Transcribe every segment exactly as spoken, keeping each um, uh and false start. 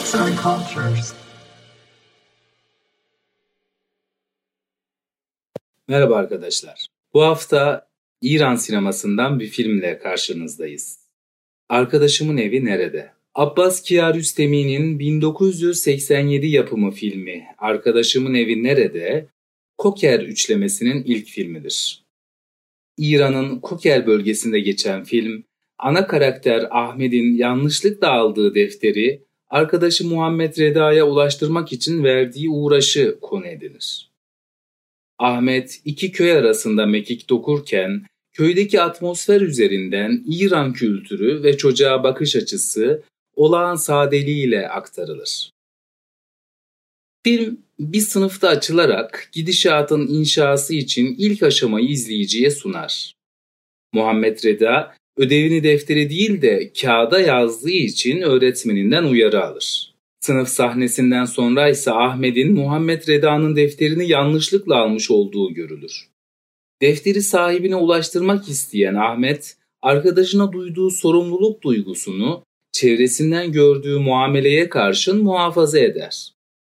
Arts and Cultures. Merhaba arkadaşlar. Bu hafta İran sinemasından bir filmle karşınızdayız. Arkadaşımın Evi Nerede? Abbas Kiarostami'nin bin dokuz yüz seksen yedi yapımı filmi Arkadaşımın Evi Nerede? Koker üçlemesinin ilk filmidir. İran'ın Koker bölgesinde geçen film, ana karakter Ahmet'in yanlışlıkla aldığı defteri arkadaşı Muhammed Reda'ya ulaştırmak için verdiği uğraşı konu edilir. Ahmet iki köy arasında mekik dokurken köydeki atmosfer üzerinden İran kültürü ve çocuğa bakış açısı olağan sadeliğiyle aktarılır. Film bir sınıfta açılarak gidişatın inşası için ilk aşamayı izleyiciye sunar. Muhammed Reda ödevini deftere değil de kağıda yazdığı için öğretmeninden uyarı alır. Sınıf sahnesinden sonra ise Ahmet'in Muhammed Reda'nın defterini yanlışlıkla almış olduğu görülür. Defteri sahibine ulaştırmak isteyen Ahmet, arkadaşına duyduğu sorumluluk duygusunu çevresinden gördüğü muameleye karşın muhafaza eder.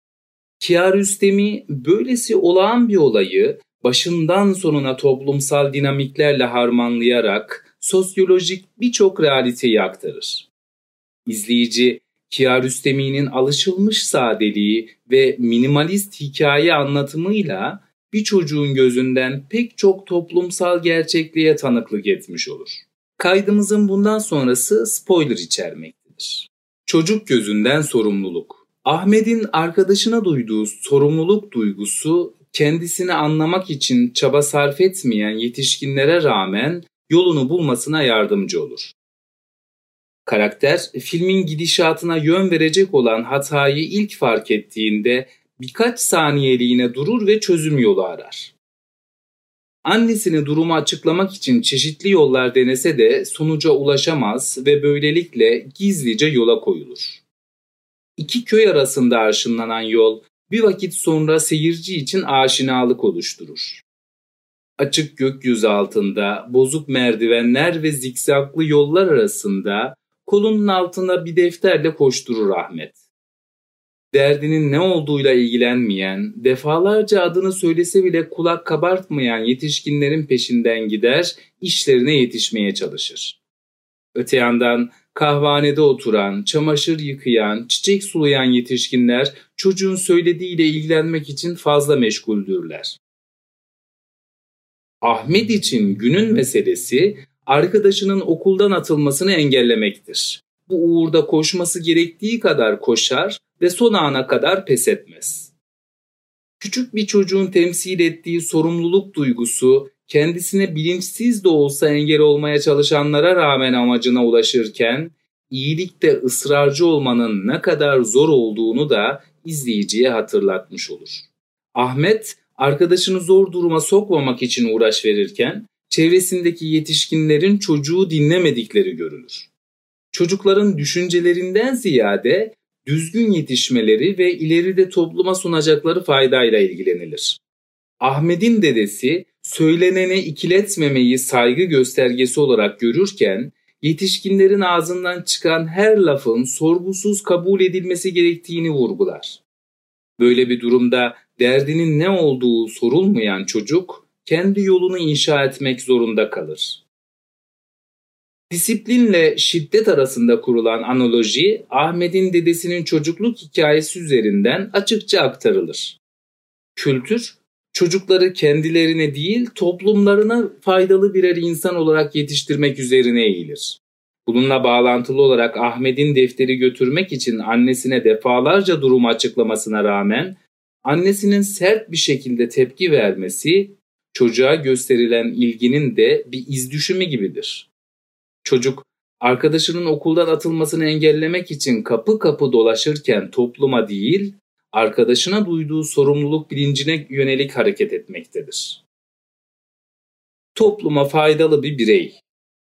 Kiarostami böylesi olağan bir olayı başından sonuna toplumsal dinamiklerle harmanlayarak sosyolojik birçok realiteyi aktarır. İzleyici, Kiarostami'nin alışılmış sadeliği ve minimalist hikaye anlatımıyla bir çocuğun gözünden pek çok toplumsal gerçekliğe tanıklık etmiş olur. Kaydımızın bundan sonrası spoiler içermektedir. Çocuk gözünden sorumluluk. Ahmet'in arkadaşına duyduğu sorumluluk duygusu kendisini anlamak için çaba sarf etmeyen yetişkinlere rağmen yolunu bulmasına yardımcı olur. Karakter, filmin gidişatına yön verecek olan hatayı ilk fark ettiğinde birkaç saniyeliğine durur ve çözüm yolu arar. Annesine durumu açıklamak için çeşitli yollar denese de sonuca ulaşamaz ve böylelikle gizlice yola koyulur. İki köy arasında aşınlanan yol bir vakit sonra seyirci için aşinalık oluşturur. Açık gökyüzü altında bozuk merdivenler ve zikzaklı yollar arasında kolunun altına bir defterle koşturur Ahmet. Derdinin ne olduğuyla ilgilenmeyen, defalarca adını söylese bile kulak kabartmayan yetişkinlerin peşinden gider, işlerine yetişmeye çalışır. Öte yandan kahvanede oturan, çamaşır yıkayan, çiçek sulayan yetişkinler çocuğun söylediğiyle ilgilenmek için fazla meşguldürler. Ahmet için günün meselesi arkadaşının okuldan atılmasını engellemektir. Bu uğurda koşması gerektiği kadar koşar ve son ana kadar pes etmez. Küçük bir çocuğun temsil ettiği sorumluluk duygusu kendisine bilinçsiz de olsa engel olmaya çalışanlara rağmen amacına ulaşırken iyilikte ısrarcı olmanın ne kadar zor olduğunu da izleyiciye hatırlatmış olur. Ahmet arkadaşını zor duruma sokmamak için uğraş verirken çevresindeki yetişkinlerin çocuğu dinlemedikleri görülür. Çocukların düşüncelerinden ziyade düzgün yetişmeleri ve ileride topluma sunacakları faydayla ilgilenilir. Ahmet'in dedesi söylenene ikiletmemeyi saygı göstergesi olarak görürken yetişkinlerin ağzından çıkan her lafın sorgusuz kabul edilmesi gerektiğini vurgular. Böyle bir durumda derdinin ne olduğu sorulmayan çocuk kendi yolunu inşa etmek zorunda kalır. Disiplinle şiddet arasında kurulan analoji Ahmet'in dedesinin çocukluk hikayesi üzerinden açıkça aktarılır. Kültür, çocukları kendilerine değil toplumlarına faydalı birer insan olarak yetiştirmek üzerine eğilir. Bununla bağlantılı olarak Ahmet'in defteri götürmek için annesine defalarca durumu açıklamasına rağmen annesinin sert bir şekilde tepki vermesi çocuğa gösterilen ilginin de bir izdüşümü gibidir. Çocuk arkadaşının okuldan atılmasını engellemek için kapı kapı dolaşırken topluma değil, arkadaşına duyduğu sorumluluk bilincine yönelik hareket etmektedir. Topluma faydalı bir birey.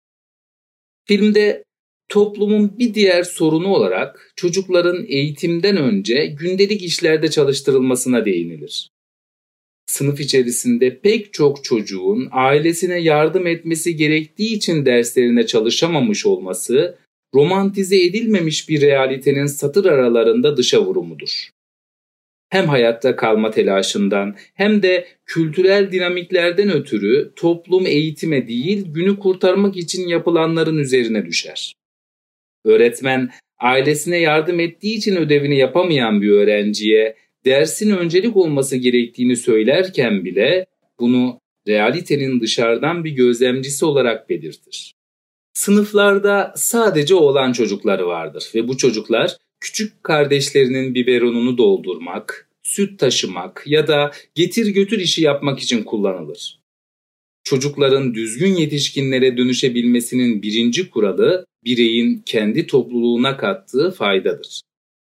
Filmde toplumun bir diğer sorunu olarak çocukların eğitimden önce gündelik işlerde çalıştırılmasına değinilir. Sınıf içerisinde pek çok çocuğun ailesine yardım etmesi gerektiği için derslerine çalışamamış olması romantize edilmemiş bir realitenin satır aralarında dışa vurumudur. Hem hayatta kalma telaşından hem de kültürel dinamiklerden ötürü toplum eğitime değil günü kurtarmak için yapılanların üzerine düşer. Öğretmen ailesine yardım ettiği için ödevini yapamayan bir öğrenciye dersin öncelik olması gerektiğini söylerken bile bunu realitenin dışarıdan bir gözlemcisi olarak belirtir. Sınıflarda sadece oğlan çocukları vardır ve bu çocuklar küçük kardeşlerinin biberonunu doldurmak, süt taşımak ya da getir götür işi yapmak için kullanılır. Çocukların düzgün yetişkinlere dönüşebilmesinin birinci kuralı bireyin kendi topluluğuna kattığı faydadır.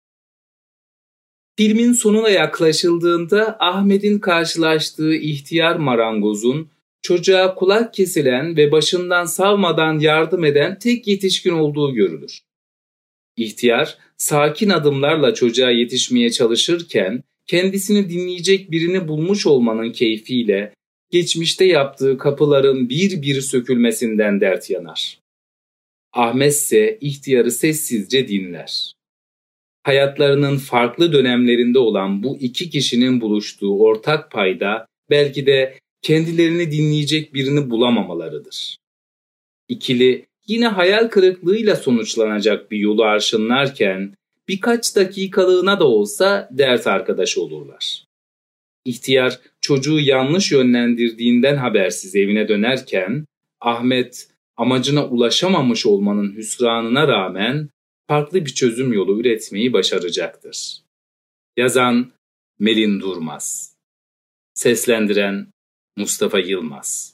Filmin sonuna yaklaşıldığında Ahmet'in karşılaştığı ihtiyar marangozun çocuğa kulak kesilen ve başından savmadan yardım eden tek yetişkin olduğu görülür. İhtiyar sakin adımlarla çocuğa yetişmeye çalışırken kendisini dinleyecek birini bulmuş olmanın keyfiyle geçmişte yaptığı kapıların bir bir sökülmesinden dert yanar. Ahmet ise ihtiyarı sessizce dinler. Hayatlarının farklı dönemlerinde olan bu iki kişinin buluştuğu ortak payda belki de kendilerini dinleyecek birini bulamamalarıdır. İkili yine hayal kırıklığıyla sonuçlanacak bir yolu arşınlarken birkaç dakikalığına da olsa dert arkadaşı olurlar. İhtiyar çocuğu yanlış yönlendirdiğinden habersiz evine dönerken Ahmet amacına ulaşamamış olmanın hüsranına rağmen farklı bir çözüm yolu üretmeyi başaracaktır. Yazan Melin Durmaz. Seslendiren Mustafa Yılmaz.